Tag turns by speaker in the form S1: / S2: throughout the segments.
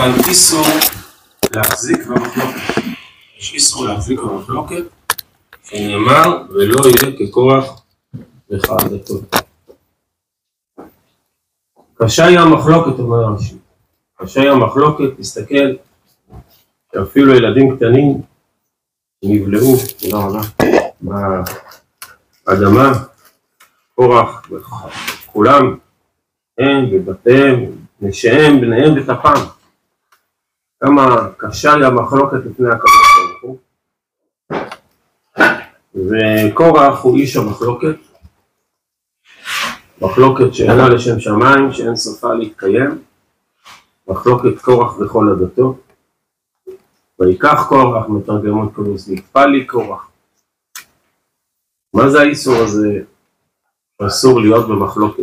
S1: כאן איסור להחזיק במחלוקת. יש איסור להחזיק במחלוקת, שנאמר ולא יהיה ככוח לחרדתו. קשה היא המחלוקת, אומר רש"י. קשה היא המחלוקת, תסתכל, שאפילו ילדים קטנים נבלעו, באדמה, קורח, כולם, הם ובתיהם, נשיהם, בניהם וטפם. כמה קשה היא המחלוקת לפני הקדוש ברוך הוא. וקורח הוא איש המחלוקת, מחלוקת שאינה לשם שמיים, שאין סופה להתקיים, מחלוקת קורח בכל עדתו. ויקח קורח, מתרגמות קורס, נקפא לי קורח. מה זה האיסור הזה? אסור להיות במחלוקת.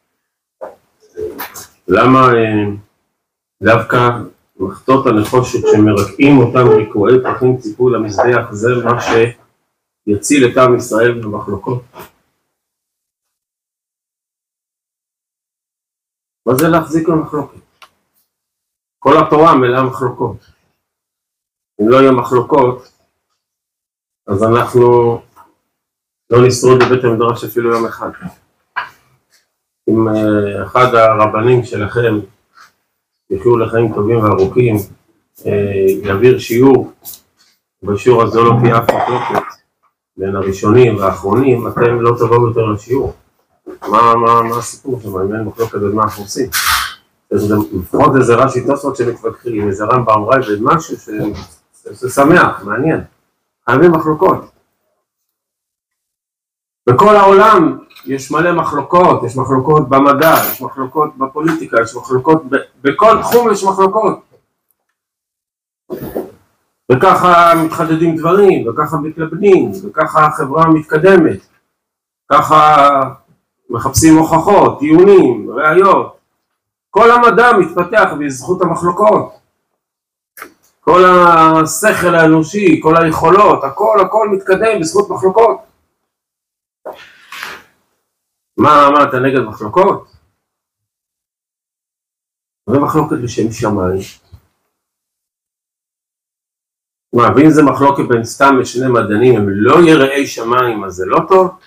S1: למה דווקא מחטות הנחושת שמרקעים אותם ריקועי פרחים ציפו למזבח, זה מה שיציל את עם ישראל במחלוקות? מה זה להחזיק במחלוקת? כל התורה מלאה מחלוקות. אם לא יהיה מחלוקות, אז אנחנו לא נשרוד בבית המדרש אפילו יום אחד. אם אחד הרבנים שלכם יחיו לחיים טובים וארוכים, יעביר שיעור, בשיעור הזה לא תהיה אף מחלוקת בין הראשונים והאחרונים, אתם לא תבואו יותר לשיעור. מה הסיפור שם? אם אין מחלוקת ומה אנחנו עושים? לפחות איזה רש"י תוספות שמתווכחים, איזה רמב"ם ראב"ד, משהו ששמח, מעניין. חייבים מחלוקות. בכל העולם יש מלא מחלוקות, יש מחלוקות במדע, יש מחלוקות בפוליטיקה, יש מחלוקות בכל תחום יש מחלוקות. וככה מתחדדים דברים, וככה מתלבנים, וככה החברה מתקדמת. ככה מחפשים הוכחות, טיעונים, ראיות. כל המדע מתפתח בזכות המחלוקות. כל השכל האנושי, כל היכולות, הכל מתקדם בזכות מחלוקות. מה אתה נגד מחלוקות? זה מחלוקת בשם שמיים. ואם זה מחלוקת בין סתם שני מדענים, הם לא יראי שמיים, אז זה לא טוב?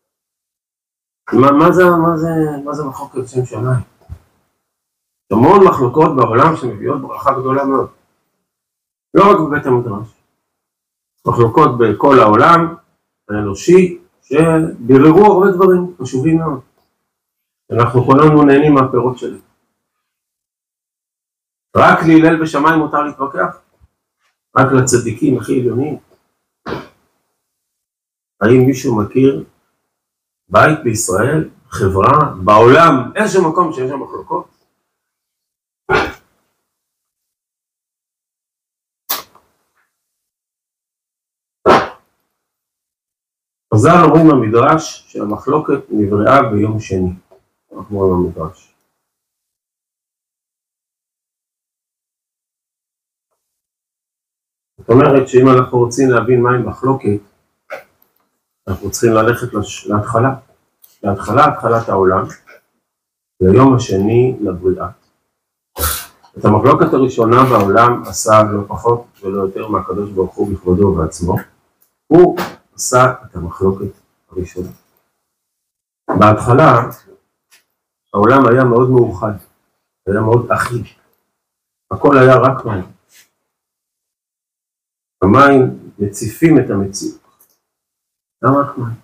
S1: מה זה מחלוקת בשם שמיים? המון מחלוקות בעולם שמביאות ברכה גדולה מאוד. לא רק בבית המדרש. מחלוקות בכל העולם האנושי, שביררו הרבה דברים חשובים מאוד. אנחנו כולנו נהנים מהפירות שלי. רק להילל בשמיים מותר להתווכח? רק לצדיקים הכי עליונים? האם מישהו מכיר בית בישראל, חברה, בעולם, איזה מקום שיש שם מחלוקות? חז"ל אומרים במדרש שהמחלוקת נבראה ביום שני. אנחנו אומרים במדרש. זאת אומרת שאם אנחנו רוצים להבין מהי מחלוקת, אנחנו צריכים ללכת להתחלה, התחלת העולם, ליום השני לבריאה. את המחלוקת הראשונה בעולם עשה לא פחות ולא יותר מהקדוש ברוך הוא בכבודו ובעצמו. הוא עשה את המחלוקת הראשונה. בהתחלה העולם היה מאוד מאוחד, היה מאוד אחיד. הכל היה רק מים. המים מציפים את המציאות. למה רק מים?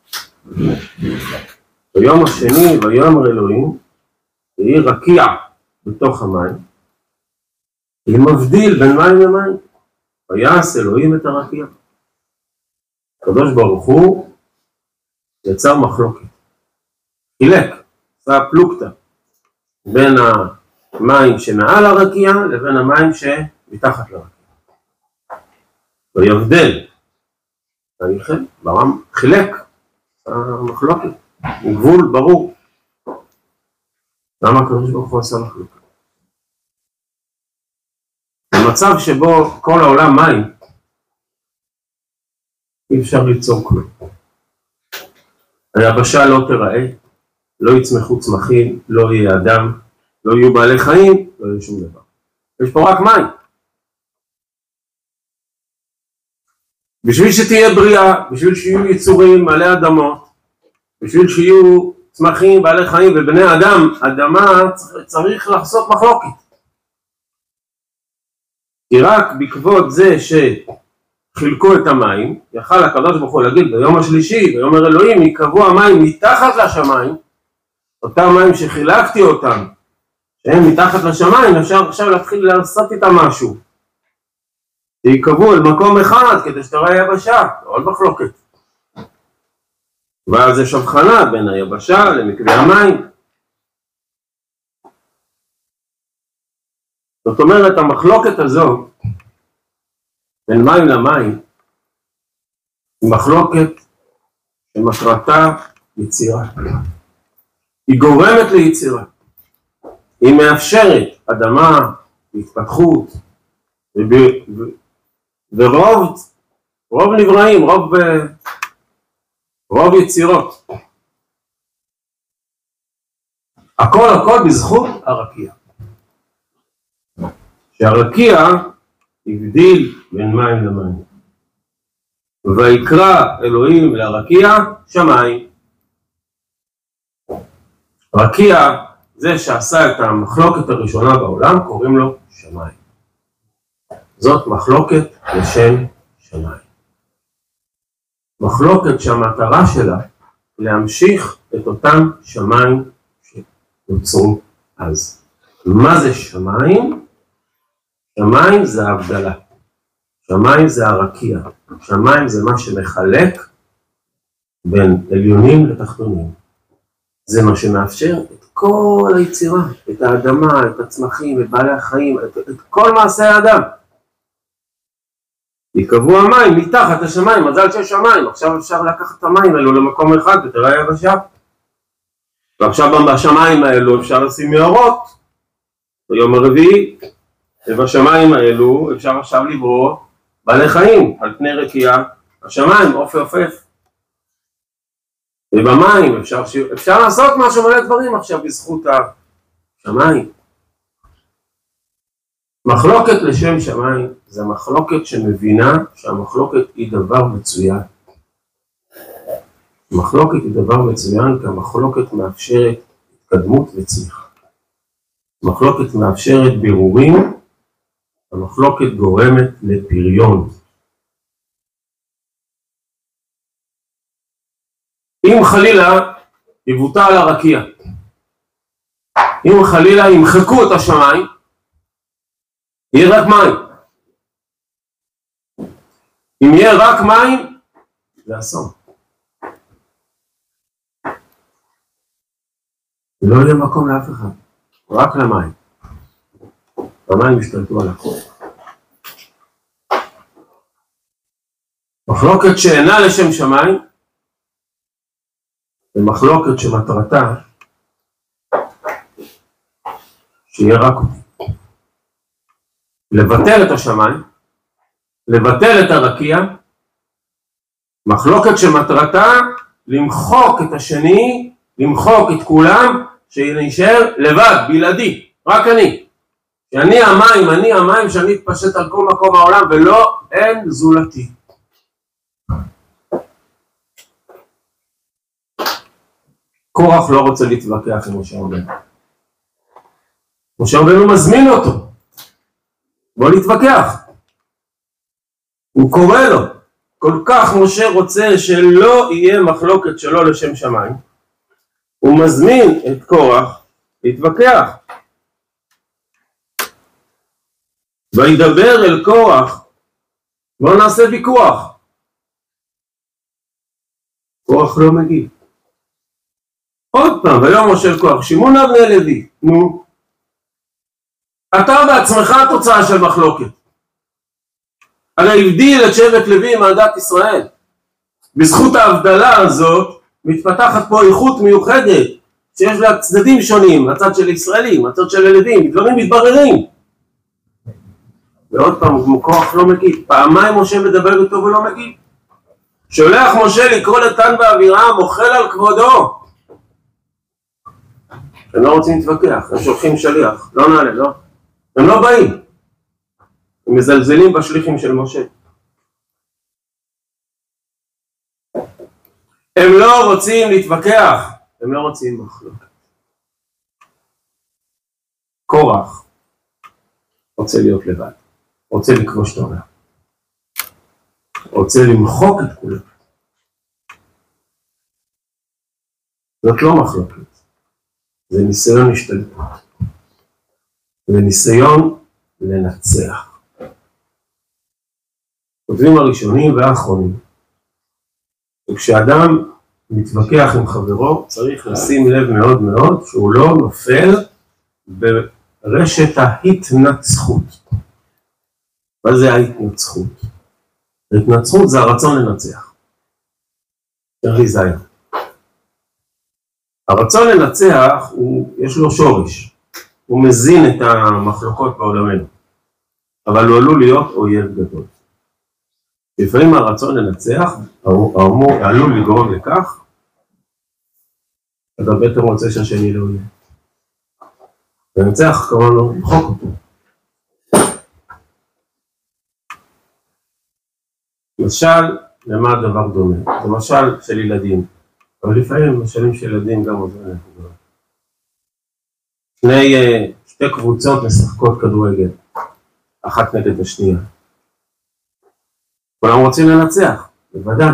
S1: ביום השני ויאמר אלוהים, יהי רקיע בתוך המים, היא מבדיל בין מים למים. ויעש אלוהים את הרקיע. הקדוש ברוך הוא יצר מחלוקת. חילק, עשה פלוגתא, בין המים שמעל הרקיע לבין המים שמתחת לרקיע. ויבדל. ברם חילק, המחלוקת, עם גבול ברור. למה הקדוש ברוך הוא עשה מחלוקת? במצב שבו כל העולם מים, אי אפשר ליצור כלום. היבשה לא תיראה, לא יצמחו צמחים, לא יהיה אדם, לא יהיו בעלי חיים, לא יהיה שום דבר. יש פה רק מים. בשביל שתהיה בריאה, בשביל שיהיו יצורים מלא אדמות, בשביל שיהיו צמחים, בעלי חיים ובני אדם, אדמה צריך לחסות מחלוקת. כי רק בעקבות זה שחילקו את המים, יכל הקדוש ברוך הוא להגיד ביום השלישי, ויאמר אלוהים, יקבעו המים מתחת לשמיים, אותם מים שחילקתי אותם, שהם מתחת לשמיים, אפשר עכשיו להתחיל לעשות איתם משהו. שיקבעו על מקום אחד כדי שתראה יבשה, עוד מחלוקת. ואז יש הבחנה בין היבשה למקווה המים. זאת אומרת, המחלוקת הזו בין מים למים היא מחלוקת שמטרתה יצירה. היא גורמת ליצירה. היא מאפשרת אדמה, התפתחות, ורוב נבראים, רוב יצירות. הכל בזכות הרקיע. שהרקיע הבדיל בין מים למים. ויקרא אלוהים לרקיע שמיים. רקיע, זה שעשה את המחלוקת הראשונה בעולם, קוראים לו שמיים. זאת מחלוקת לשם שמיים. מחלוקת שהמטרה שלה להמשיך את אותם שמיים שנוצרו אז. מה זה שמיים? שמיים זה ההבדלה. שמיים זה הרקיע. שמיים זה מה שמחלק בין עליונים לתחתונים. זה מה שמאפשר את כל היצירה, את האדמה, את הצמחים, את בעלי החיים, את כל מעשי האדם. יקבעו המים מתחת השמיים, מזל שיש שמיים, עכשיו אפשר לקחת את המים האלו למקום אחד ותראה יבשה. ועכשיו בשמיים האלו אפשר לשים מערות, ביום הרביעי, ובשמיים האלו אפשר עכשיו לברוא בעלי חיים, על פני רקיע השמיים, עופף. ובמים אפשר לעשות משהו מלא דברים עכשיו בזכות השמיים. מחלוקת לשם שמיים זה מחלוקת שמבינה שהמחלוקת היא דבר מצוין. מחלוקת היא דבר מצוין כי המחלוקת מאפשרת התקדמות וצמיחה. מחלוקת מאפשרת בירורים, המחלוקת גורמת לפריון. אם חלילה יבוטל הרקיע, אם חלילה ימחקו את השמיים, יהיה רק מים. אם יהיה רק מים, זה אסון. לא יהיה מקום לאף אחד, רק למים. המים ישתלטו על הכל. מחלוקת שאינה לשם שמיים, זה מחלוקת שמטרתה שיהיה רק אותי. לבטל את השמיים, לבטל את הרקיע, מחלוקת שמטרתה למחוק את השני, למחוק את כולם, שנשאר לבד, בלעדי, רק אני. שאני המים, שאני אתפשט על כל מקום העולם, ולא אין זולתי. קורח לא רוצה להתווכח עם משה רבנו. משה רבנו מזמין אותו. בוא נתווכח. הוא קורא לו. כל כך משה רוצה שלא יהיה מחלוקת שלו לשם שמיים. הוא מזמין את קורח להתווכח. וידבר אל קורח. בוא נעשה ויכוח. קורח לא מגיב. עוד פעם, ויאמר משה אל קורח, שמעון בני לוי, נו, אתה בעצמך התוצאה של מחלוקת. הרי הבדיל את שבט לוי מעדת ישראל. בזכות ההבדלה הזאת מתפתחת פה איכות מיוחדת שיש לה צדדים שונים, הצד של ישראלים, הצד של הלווים, דברים מתבררים. ועוד פעם, קורח לא מגיב. פעמיים משה מדבר איתו ולא מגיב. שולח משה לקרוא לדתן ואבירם, אוכל על כבודו. הם לא רוצים להתווכח, הם שולחים שליח, לא נעלה, לא. הם לא באים, הם מזלזלים בשליחים של משה. הם לא רוצים להתווכח, הם לא רוצים מחלוקת. קורח רוצה להיות לבד, רוצה לכבוש את העולם, רוצה למחוק את כולם. זאת לא מחלוקת, זה ניסיון השתלטות, זה ניסיון לנצח. כותבים הראשונים והאחרונים, וכשאדם מתווכח עם חברו צריך לשים לב מאוד מאוד שהוא לא נופל ברשת ההתנצחות. מה זה ההתנצחות? ההתנצחות זה הרצון לנצח. צריך להיזהר. הרצון לנצח יש לו שורש, הוא מזין את המחלוקות בעולמנו, אבל הוא עלול להיות אויב גדול. לפעמים הרצון לנצח עלול לגרום לכך, אתה בעצם רוצה שהשני לא יהיה. לנצח כמובן לא למחוק אותו. משל, למה הדבר דומה? זה משל של ילדים, אבל לפעמים משלים של ילדים גם עוזרים להם. שתי קבוצות משחקות כדורגל, אחת נגד השנייה. כולם רוצים לנצח, בוודאי.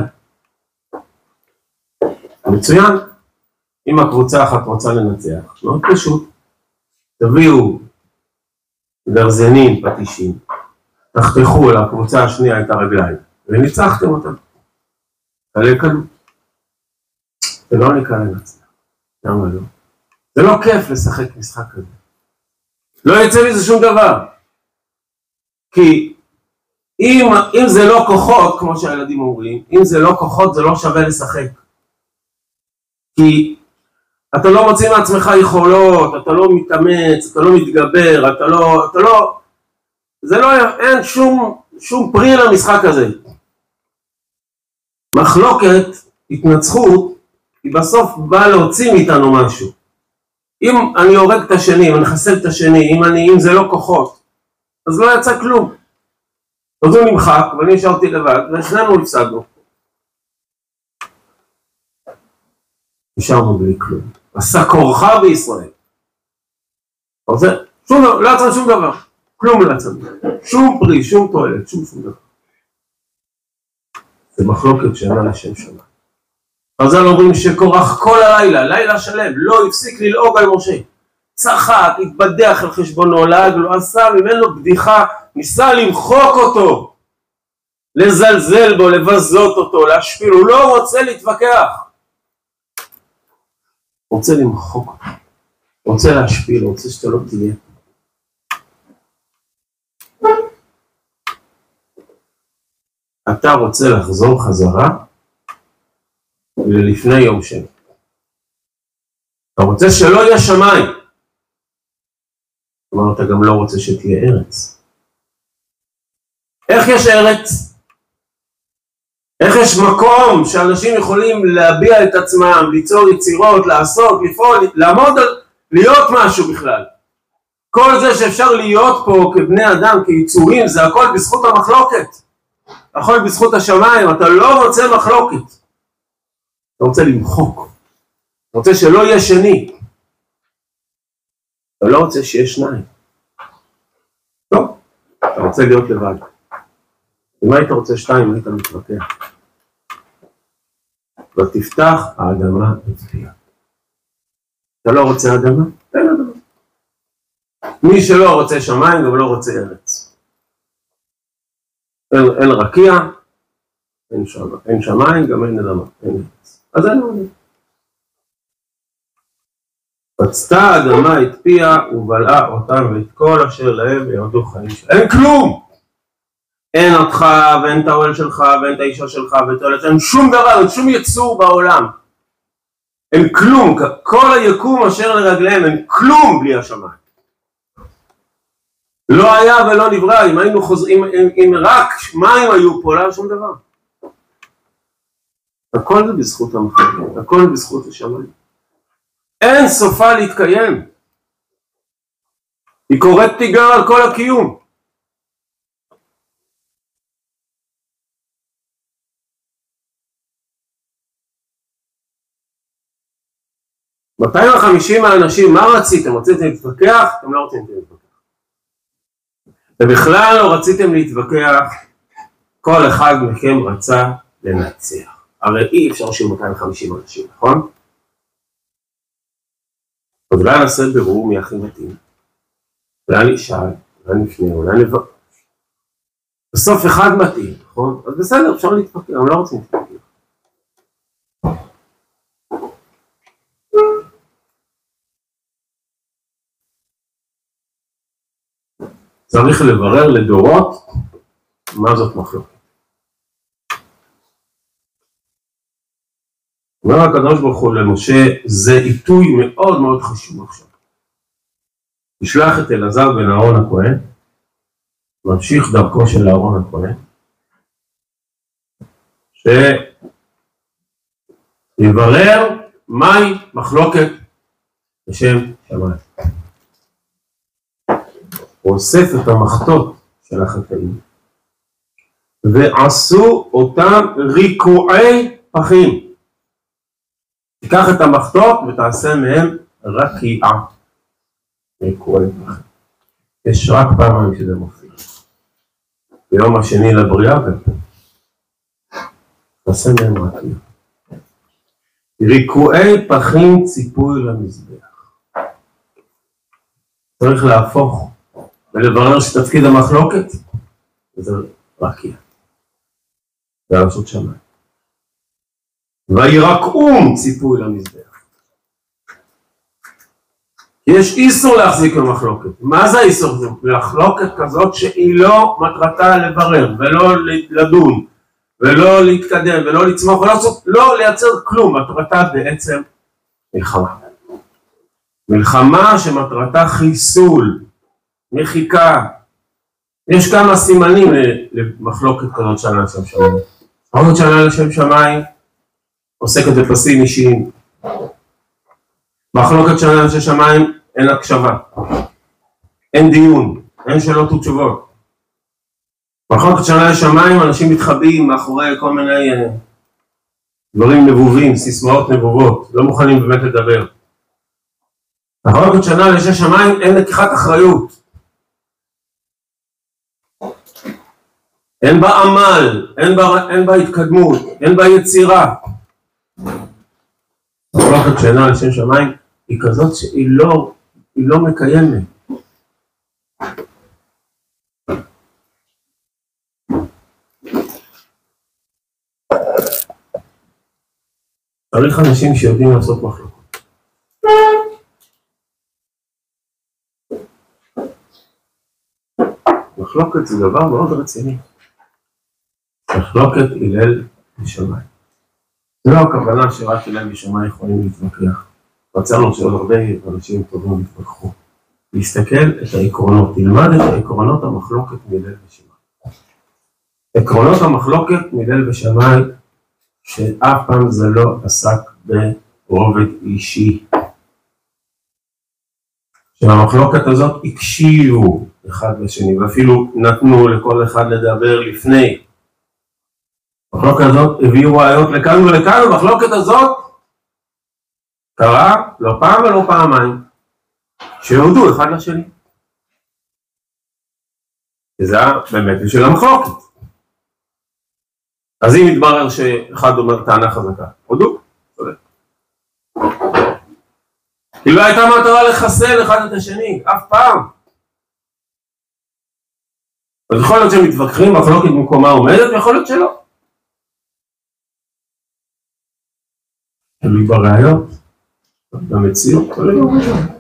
S1: מצוין, אם הקבוצה אחת רוצה לנצח, מאוד פשוט. תביאו גרזנים, פטישים, תחתכו לקבוצה השנייה את הרגליים, וניצחתם אותם. קלה קלות. זה לא נקרא לנצח. למה לא? זה לא כיף לשחק משחק כזה. לא יצא מזה שום דבר. כי אם זה לא כוחות, כמו שהילדים אומרים, אם זה לא כוחות זה לא שווה לשחק. כי אתה לא מוציא מעצמך יכולות, אתה לא מתאמץ, אתה לא מתגבר, אין שום פרי למשחק הזה. מחלוקת, התנצחות, היא בסוף באה להוציא מאיתנו משהו. אם אני הורג את השני, אם אני חסל את השני, אם זה לא כוחות, אז לא יצא כלום. אז הוא נמחק, ואני נשארתי לבד, ושנינו הפסדנו. נשארנו בלי כלום. עשה כורחה בישראל. לא יצא שום דבר. כלום לא יצא. שום פרי, שום תועלת, שום דבר. זה מחלוקת שאינה לשם שמיים. אז אנחנו אומרים שקורח כל הלילה, לילה שלם, לא הפסיק ללעוג על משה. צחק, התבדח על חשבונו, לעג לו, עשה ממנו בדיחה, ניסה למחוק אותו, לזלזל בו, לבזות אותו, להשפיל, הוא לא רוצה להתווכח. הוא רוצה למחוק אותו, הוא רוצה להשפיל, הוא רוצה שאתה לא תהיה. אתה רוצה לחזור חזרה ללפני יום שני. אתה רוצה שלא יהיה שמיים. כלומר, אתה גם לא רוצה שתהיה ארץ. איך יש ארץ? איך יש מקום שאנשים יכולים להביע את עצמם, ליצור יצירות, לעשות, לפעול, לעמוד, להיות משהו בכלל? כל זה שאפשר להיות פה כבני אדם, כיצורים, זה הכל בזכות המחלוקת. הכל בזכות השמיים, אתה לא רוצה מחלוקת. אתה רוצה למחוק. אתה רוצה שלא יהיה שני. אתה לא רוצה שיהיה שניים. לא. אתה רוצה להיות לבד. אם היית רוצה שתיים, היית מתווכח. ותפתח האדמה את פיה. אתה לא רוצה אדמה? תן אדמה. מי שלא רוצה שמיים, גם לא רוצה ארץ. אין רקיע, אין שמיים, גם אין אדמה, אין ארץ. אז אין אדמה. פצתה האדמה את פיה ובלעה אותם ואת כל אשר להם וירדו חיים שלהם. אין כלום! אין אותך ואין את האוהל שלך ואין את האישה שלך ואת האוהל שלך, אין שום דבר, אין שום יצור בעולם. אין כלום, כל היקום אשר לרגליהם, אין כלום בלי השמיים. לא היה ולא נברא, אם היינו חוזרים, אם רק מים היו פה, לא היה שום דבר. הכל זה בזכות המחלקת, הכל בזכות השמיים. אין סופה להתקיים. היא קוראת תיגר על כל הקיום. 250 האנשים, מה רציתם? רציתם להתווכח? אתם לא רוצים להתווכח. ובכלל לא רציתם להתווכח, כל אחד מכם רצה לנצח. הרי אי אפשר שיהיו 250 אנשים, נכון? אז אולי נעשה בירור מי הכי מתאים. אולי נשאל, אולי נפנה, אולי נבוא. בסוף אחד מתאים, נכון? אז בסדר, אפשר להתווכח, הם לא רוצים להתווכח. צריך לברר לדורות מה זאת מחלוקת. אומר הקדוש ברוך הוא למשה, זה עיתוי מאוד מאוד חשוב עכשיו. ישלח את אלעזר בן אהרון הכהן, ממשיך דרכו של אהרון הכהן, שיברר מהי מחלוקת בשם שמיים. הוא אוסף את המחתות של החטאים, ועשו אותם ריקועי פחים. תיקח את המחתות ותעשה מהם רקיעה. ריקועי פחים. יש רק פעמיים שזה מופיע. ביום השני לבריאה ופה. תעשה מהם רקיעה. ריקועי פחים ציפוי למזבח. צריך להפוך ולברר שתפקיד המחלוקת זה רקיעה. זה לעשות שמיים. וירקעום ציפוי למזבח. יש איסור להחזיק במחלוקת. מה זה האיסור? זה מחלוקת כזאת שהיא לא מטרתה לברר ולא לדון ולא להתקדם ולא לצמוח ולא לייצר כלום. מטרתה בעצם מלחמה. מלחמה שמטרתה חיסול, מחיקה. יש כמה סימנים למחלוקת כזאת שענה לשם שמיים. מחלוקת שענה לשם שמיים עוסקת בפסים אישיים. מחלוקת שענה לשם שמיים אין הקשבה, אין דיון, אין שאלות ותשובות. מחלוקת שענה לשם שמיים אנשים מתחבאים מאחורי כל מיני דברים נבובים, סיסמאות נבובות, לא מוכנים באמת לדבר. מחלוקת שענה לשם שמיים אין לקיחת אחריות. אין בה עמל, אין בה התקדמות, אין בה יצירה. מחלוקת שענה לשם שמיים היא כזאת שהיא לא מקיימת. צריך אנשים שיודעים לעשות מחלוקות. מחלוקת זה דבר מאוד רציני. מחלוקת הלל ושמיים. זה לא הכוונה שרק הלל ושמיים יכולים להתווכח. רצינו שעוד הרבה אנשים טובים להתווכחו. להסתכל את העקרונות, תלמד את העקרונות המחלוקת מהלל ושמיים. עקרונות המחלוקת מהלל ושמיים, שאף פעם זה לא עסק ברובד אישי. שהמחלוקת הזאת הקשיבו אחד לשני, ואפילו נתנו לכל אחד לדבר לפני. המחלוקת הזאת הביאו ראיות לכאן ולכאן, המחלוקת הזאת קרה לא פעם ולא פעמיים, שהודו אחד לשני. וזה באמת בשביל המחלוקת. אז אם יתברר שאחד אומר טענה חזקה, הודו, צודק. כי לא הייתה מטרה לחסל אחד את השני, אף פעם. אז יכול להיות שהם מתווכחים, מחלוקת במקומה עומדת, ויכול להיות שלא. תלוי בראיות, במציאות, תלוי בראיות.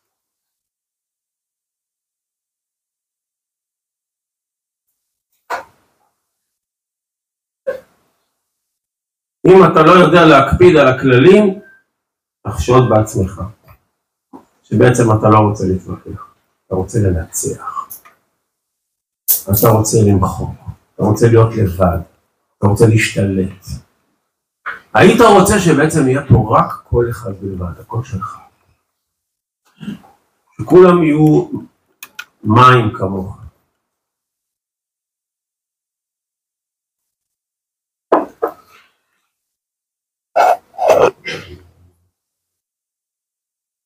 S1: אם אתה לא יודע להקפיד על הכללים, תחשוד בעצמך. שבעצם אתה לא רוצה להתווכח, אתה רוצה לנצח. אתה רוצה למחוק, אתה רוצה להיות לבד, אתה רוצה להשתלט. היית רוצה שבעצם יהיה פה רק כל אחד בלבד, הכל שלך. שכולם יהיו מים כמוך.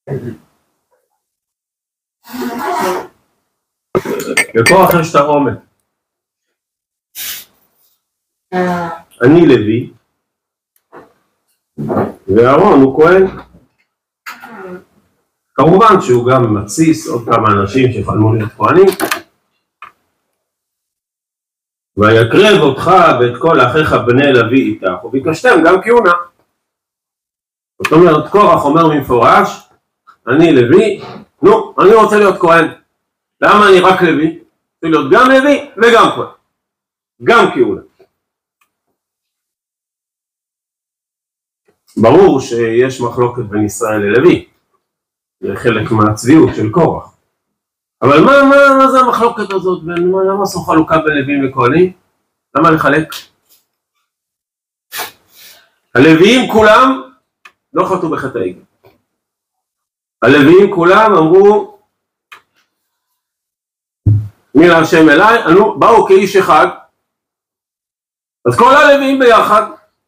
S1: לקורח יש את העומק. אני לוי, ואהרון הוא כהן. כמובן שהוא גם מתסיס עוד כמה אנשים שחלמו להיות כהנים. ויקרב אותך ואת כל אחיך בני לוי איתך, וביקשתם גם כהונה. זאת אומרת, קורח אומר במפורש, אני לוי, נו, אני רוצה להיות כהן. למה אני רק לוי? רוצה להיות גם לוי וגם כהן. גם כהונה. ברור שיש מחלוקת בין ישראל ללוי. זה חלק מהצביעות של קורח. אבל מה זה המחלוקת הזאת? למה עשו חלוקה בין לוויים לכהנים? למה לחלק? הלוויים כולם לא חטאו בחטא העגל. הלוויים כולם אמרו מי להשם אליי, באו כאיש אחד, אז כל הלוויים ביחד.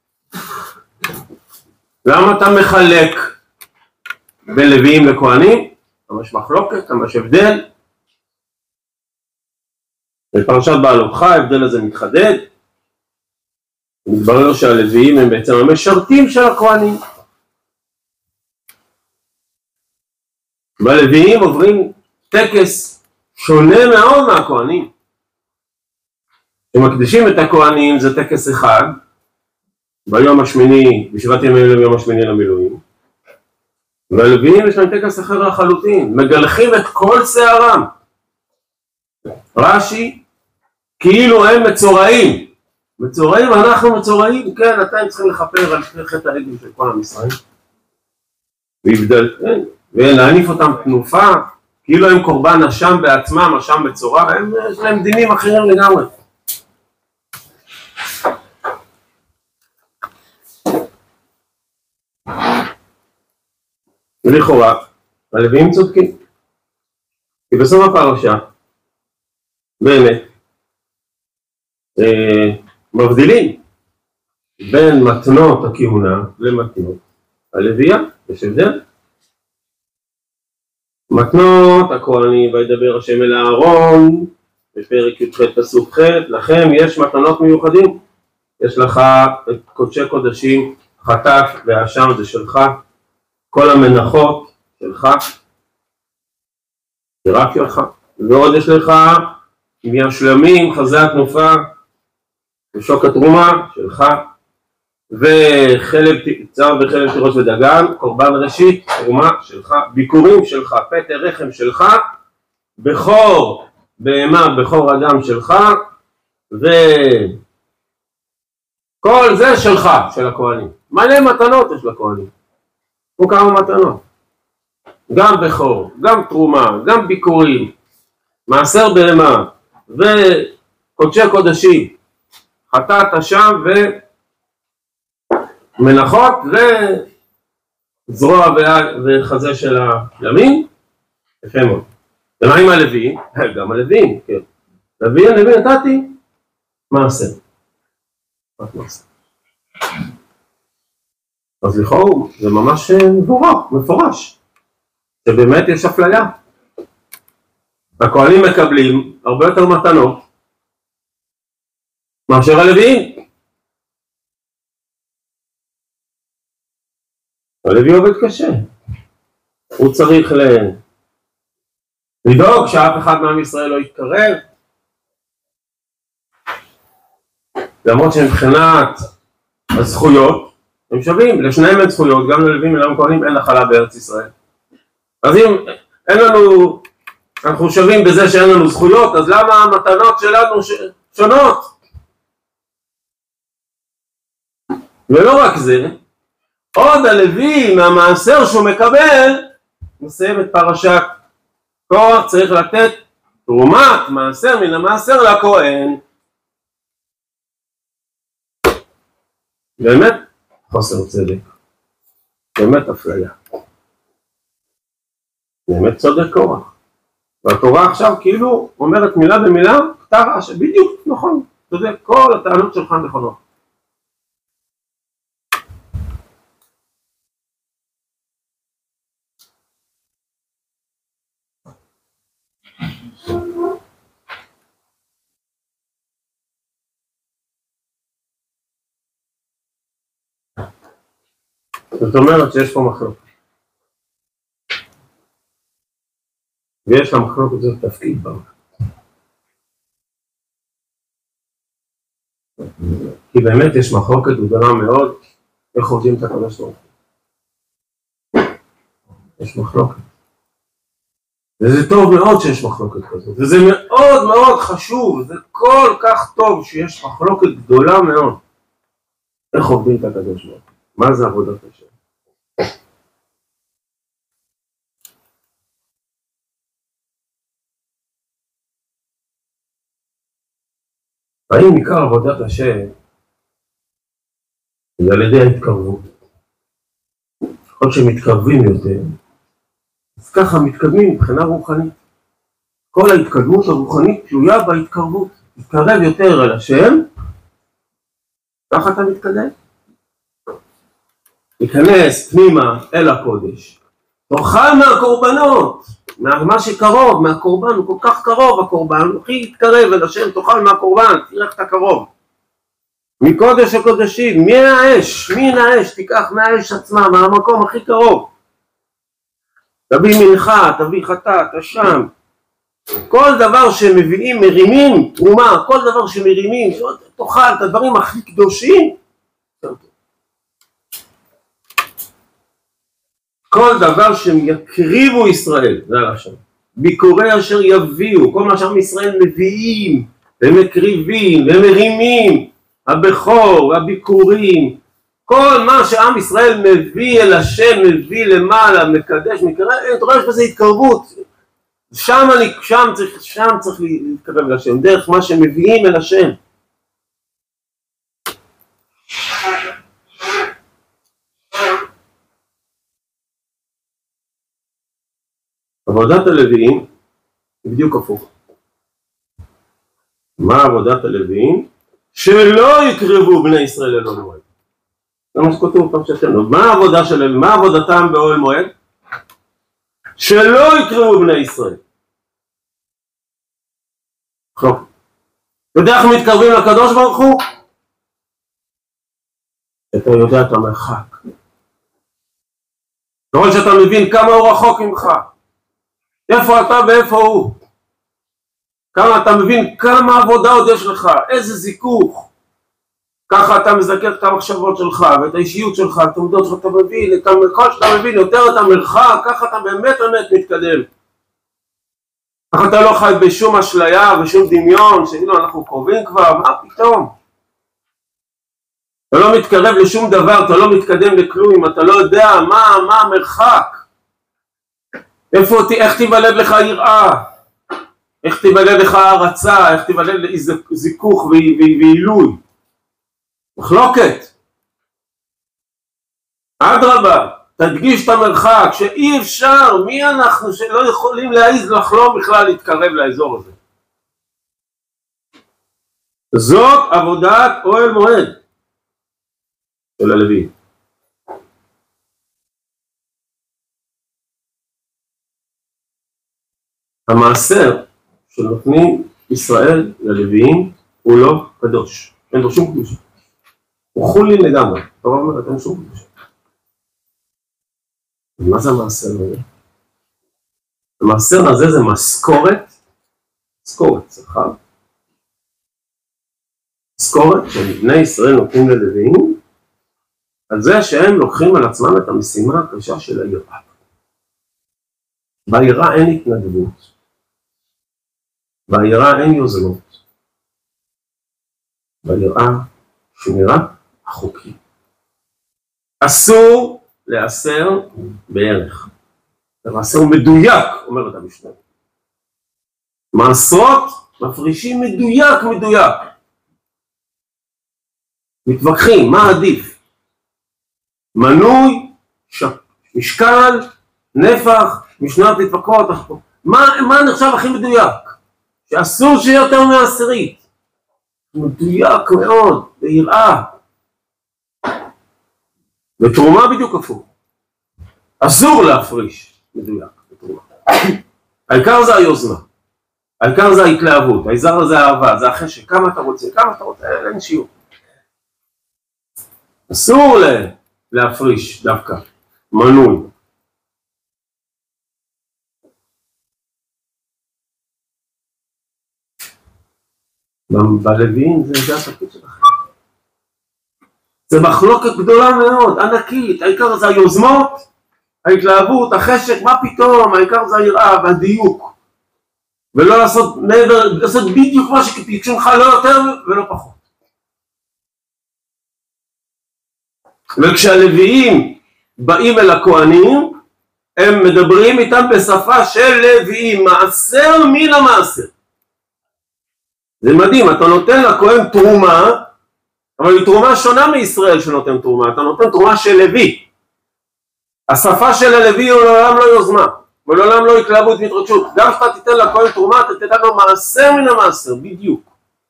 S1: למה אתה מחלק בין לוויים לכהנים? ממש מחלוקת, ממש הבדל. בפרשת בעלותך ההבדל הזה מתחדד. מתברר שהלוויים הם בעצם המשרתים של הכהנים. והלוויים עוברים טקס שונה מאוד מהכהנים. כשמקדישים את הכהנים זה טקס אחד, ביום השמיני, בשבעת ימי אלוהים ביום השמיני למילואים. והלוויים יש להם טקס אחר לחלוטין, מגלחים את כל שערם. רש"י, כאילו הם מצורעים. מצורעים, אנחנו מצורעים, כן, אתם צריכים לכפר על חטא העגל של כל עם ישראל. ולהניף אותם תנופה, כאילו הם קורבן אשם בעצמם, אשם בצורה, יש להם דינים אחרים לגמרי. ולכאורה, הלוויים צודקים. כי בסוף הפרשה, באמת, מבדילים בין מתנות הכהונה למתנות הלוויה. יש הבדל. מתנות הכהנים, וידבר השם אל אהרון, בפרק י"ח פסוק ח', לכם יש מתנות מיוחדים. יש לך את קודשי קודשים, חטאת והאשם זה שלך, כל המנחות שלך, זה רק שלך. ועוד יש לך מהשלמים, חזה התנופה, ושוק התרומה שלך, וחלב צער וחלב תירוש ודגן, קורבן ראשית, תרומה שלך, ביקורים שלך, פטר רחם שלך, בכור בהמה, בכור אדם שלך, וכל זה שלך, של הכהנים. מלא מתנות יש לכהנים. פה כמה מתנות. גם בכור, גם תרומה, גם ביקורים, מעשר בהמה, וקודשי קודשים, חטאת אשם ומנחות וזרוע וחזה של הימין. יפה מאוד. ומה עם הלוויים? גם הלוויים, כן. לוויים נתתי מעשר. רק מעשר. אז לכאורה זה ממש מפורש. שבאמת יש אפליה. הכהנים מקבלים הרבה יותר מתנות מאשר הלוויים. הלוי עובד קשה. הוא צריך לדאוג שאף אחד מעם ישראל לא יתקרב. למרות שמבחינת הזכויות הם שווים, לשניהם אין זכויות, גם ללוויים וגם לכהנים אין נחלה בארץ ישראל. אז אם אין לנו, אנחנו שווים בזה שאין לנו זכויות, אז למה המתנות שלנו שונות? ולא רק זה, עוד הלוי מהמעשר שהוא מקבל, מסיים את פרשת קורח, צריך לתת תרומת מעשר מן המעשר לכהן. באמת חוסר צדק, באמת אפליה, באמת צודק קורח. והתורה עכשיו כאילו אומרת מילה במילה, כתב רש"י, בדיוק נכון, צודק, כל הטענות שלך נכונות. זאת אומרת שיש פה מחלוקת. ויש למחלוקת הזאת תפקיד בה. כי באמת יש מחלוקת גדולה מאוד, איך עובדים את הקדוש ברוך הוא. יש מחלוקת. וזה טוב מאוד שיש מחלוקת כזאת, וזה מאוד מאוד חשוב, זה כל כך טוב שיש מחלוקת גדולה מאוד. איך עובדים את הקדוש ברוך הוא? מה זה עבודת השם? האם עיקר עבודת השם היא על ידי ההתקרבות? עוד שמתקרבים יותר, אז ככה מתקדמים מבחינה רוחנית. כל ההתקדמות הרוחנית תלויה בהתקרבות. תתקרב יותר על השם, ככה אתה מתקדם. תיכנס פנימה אל הקודש. תאכל מהקורבנות, מה שקרוב, מהקורבן, הוא כל כך קרוב הקורבן, הכי יתקרב אל השם, תאכל מהקורבן, תראה איך אתה קרוב. מקודש הקודשים, מן האש, תיקח מהאש עצמה, מהמקום הכי קרוב. תביא מנחה, תביא חטאת, אשם. כל דבר שמביאים, מרימים, תרומה, כל דבר שמרימים, תאכל את הדברים הכי קדושים. כל דבר שיקריבו ישראל, זה הלשון. ביקורי אשר יביאו, כל מה שעם ישראל מביאים, ומקריבים, ומרימים, הבכור, הביקורים, כל מה שעם ישראל מביא אל השם, מביא למעלה, מקדש, אתה רואה, יש בזה התקרבות. שם צריך להתקרב אל השם, דרך מה שמביאים אל השם. עבודת הלוויים היא בדיוק הפוך. מה עבודת הלוויים? שלא יקרבו בני ישראל אל אוהל מועד. זה מה שכותב בפרשתנו. מה העבודה שלהם? מה עבודתם באוהל מועד? שלא יקרבו בני ישראל. טוב. אתה יודע איך מתקרבים לקדוש ברוך הוא? אתה יודע את המרחק. ככל שאתה מבין כמה הוא רחוק ממך. איפה אתה ואיפה הוא? כמה אתה מבין כמה עבודה עוד יש לך, איזה זיכוך. ככה אתה מזכר את המחשבות שלך ואת האישיות שלך, את העמדות שלך, אתה מבין, כל שאתה מבין יותר את המרחק, ככה אתה באמת מתקדם. ככה אתה לא חי בשום אשליה ושום דמיון, שאילו אנחנו קרובים כבר, מה פתאום? אתה לא מתקרב לשום דבר, אתה לא מתקדם לכלום, אם אתה לא יודע מה המרחק. איך תיוולד לך יראה? איך תיוולד לך הרצה? איך תיוולד זיכוך ועילוי? מחלוקת. אדרבה, תדגיש את המרחק, שאי אפשר, מי אנחנו שלא יכולים להעיז לחלום בכלל להתקרב לאזור הזה. זאת עבודת אוהל מועד של הלוי. המעשר שנותנים ישראל ללוויים הוא לא קדוש, אין לו שום קדושה. הוא חולין לגמרי, התורה אומרת אין שום קדושה. מה זה המעשר הזה? המעשר הזה זה משכורת שכר. משכורת שבני ישראל נותנים ללוויים, על זה שהם לוקחים על עצמם את המשימה הקשה של היראה. ביראה אין התנדבות. ביראה אין יוזמות. ביראה שמירת החוקים. אסור לאסר בערך. זה מעשר מדויק, אומרת המשנה. מעשרות מפרישים מדויק. מתווכחים, מה עדיף? מנוי, משקל, נפח, משנת להתווכחות. מה נחשב הכי מדויק? שאסור שיהיה יותר מעשירית. מדויק מאוד, ביראה. בתרומה בדיוק הפוך. אסור להפריש מדויק בתרומה. העיקר זה היוזמה. העיקר זה ההתלהבות, העיקר זה האהבה, זה החשק, כמה אתה רוצה, אין שיעור. אסור להפריש דווקא, מנוי. בלוויים זה התפקיד שלכם. זה מחלוקת גדולה מאוד, ענקית, העיקר זה היוזמות, ההתלהבות, החשק, מה פתאום, העיקר זה היראה והדיוק. ולא לעשות בדיוק מה שביקשו לך, לא יותר ולא פחות. וכשהלוויים באים אל הכהנים, הם מדברים איתם בשפה של לוויים, מעשר מן המעשר. זה מדהים, אתה נותן לכהן תרומה, אבל היא תרומה שונה מישראל שנותן תרומה, אתה נותן תרומה של לוי. השפה של הלוי הוא לעולם לא יוזמה, ולעולם לא התלהבות והתרגשות. גם כשאתה תיתן לכהן תרומה, אתה תיתן לו מעשר מן המעשר, בדיוק.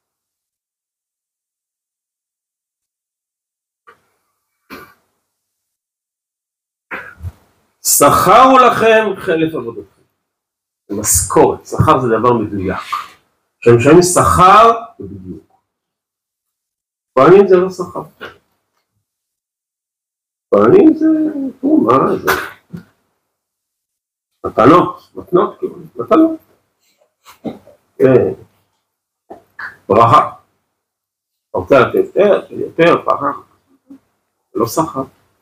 S1: שכרו לכם חלף עבודתכם. משכורת, שכר זה דבר מדויק. כשמשלמים שכר זה בדיוק. כהנים זה לא שכר. כהנים זה תרומה, זה מתנות כאילו, מתנות. כן. ברכה. אתה רוצה לתת יותר, פחה. זה לא שכר.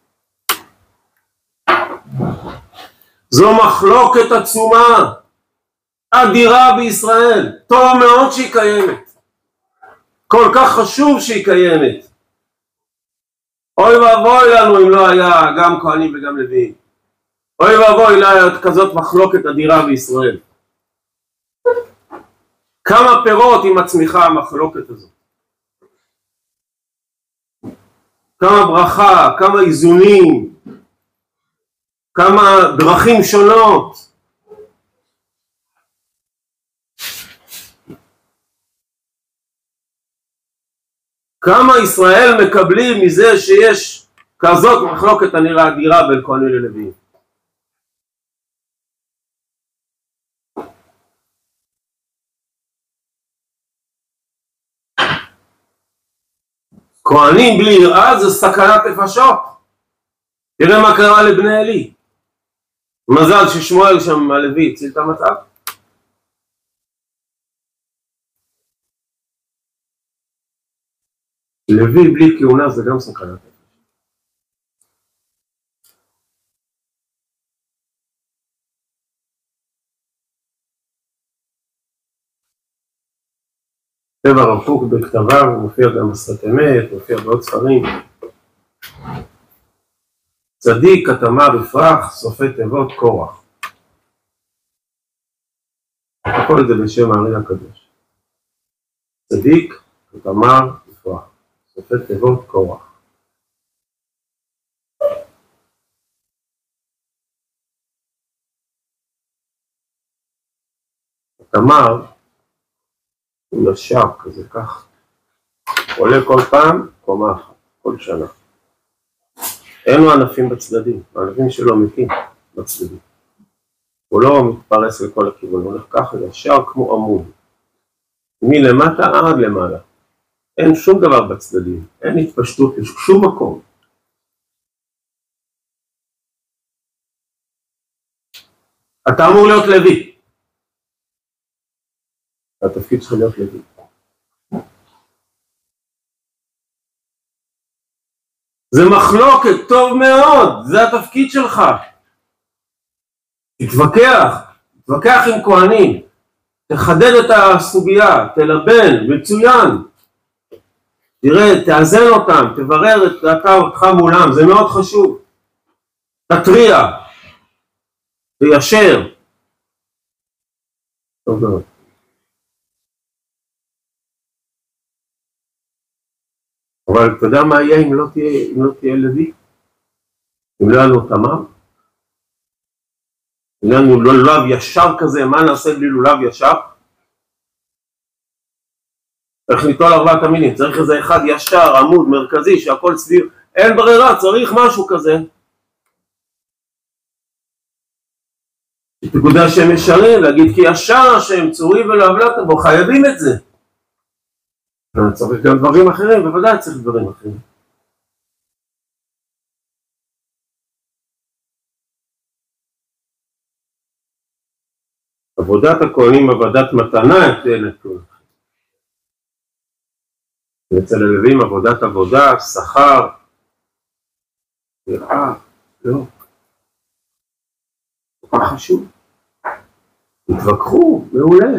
S1: זו מחלוקת עצומה, אדירה בישראל, טוב מאוד שהיא קיימת, כל כך חשוב שהיא קיימת. אוי ואבוי לנו אם לא היה גם כהנים וגם לוויים. אוי ואבוי לא היה כזאת מחלוקת אדירה בישראל. כמה פירות היא מצמיחה המחלוקת הזאת. כמה ברכה, כמה איזונים, כמה דרכים שונות. כמה ישראל מקבלים מזה שיש כזאת מחלוקת הנראה אדירה בין כהנים ללוויים. כהנים בלי יראה זה סכנת נפשות. תראה מה קרה לבני עלי. מזל ששמואל שם הלוי הציל את המצב. לוי בלי כהונה זה גם סכנת נפשות. טבע הרב קוק בכתביו, הוא מופיע גם בשפת אמת, מופיע בעוד ספרים. צדיק כתמר יפרח, סופי תיבות קורח. הכל זה בשם הארי הקדוש. צדיק כתמר יפרח, סופי תיבות קורח. התמר הוא ישר כזה כך, עולה כל פעם קומה אחת, כל שנה. אין לו ענפים בצדדים, הענפים שלו מתים בצדדים. הוא לא מתפרס לכל הכיוון, הוא הולך ככה ישר כמו עמוד. מלמטה עד למעלה. אין שום דבר בצדדים, אין התפשטות, יש שום מקום. אתה אמור להיות לוי. התפקיד שלך להיות לוי. זה מחלוקת, טוב מאוד, זה התפקיד שלך. תתווכח עם כהנים, תחדד את הסוגיה, תלבן, מצוין. תראה, תאזן אותם, תברר את אותך מולם, זה מאוד חשוב. תטריע, תיישר. טוב מאוד. אבל אתה יודע מה יהיה אם לא תהיה לוי? אם לא היה לו תמר? אם לא היה לו לולב ישר כזה, מה נעשה בלי לולב ישר? צריך ליטול 4 המינים, צריך איזה אחד ישר, עמוד, מרכזי, שהכל סביב, אין ברירה, צריך משהו כזה. שפקודי השם ישרים, להגיד כי ישר השם צורי ולא עוולת בו, חייבים את זה. צריך גם דברים אחרים, בוודאי צריך דברים אחרים. עבודת הכהנים, עבודת מתנה, אצל הלווים עבודת עבודה, שכר, יראה, לא. כל כך חשוב. התווכחו, מעולה.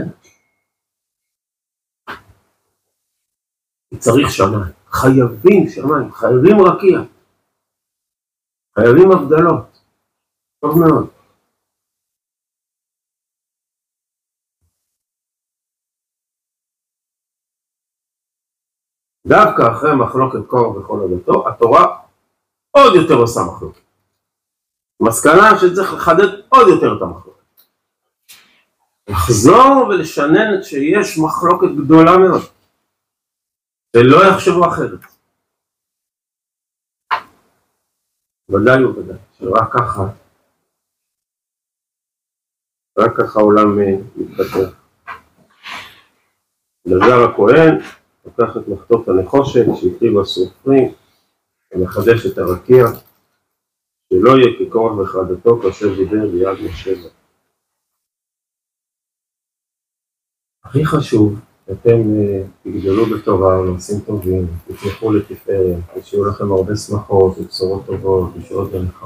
S1: צריך שמיים, חייבים שמיים, חייבים רקיע, חייבים הבדלות. טוב מאוד. דווקא אחרי מחלוקת קורח וכל עדתו, התורה עוד יותר עושה מחלוקת. מסקנה שצריך לחדד עוד יותר את המחלוקת. לחזור ולשנן שיש מחלוקת גדולה מאוד. ולא יחשבו אחרת. ודאי וודאי, שרק ככה העולם מתפתח. אלעזר הכהן לוקח את מחטוף הנחושת שהקריבו הסופרים ומחדש את הרקיע, שלא יהיה כקורח וכעדתו כאשר דיבר ביד משה. הכי חשוב, אתם תגדלו בתורה, נושאים טובים, תצמחו לתפארת, ושיהיו לכם הרבה שמחות ובשורות טובות, ושיעות ונחמות.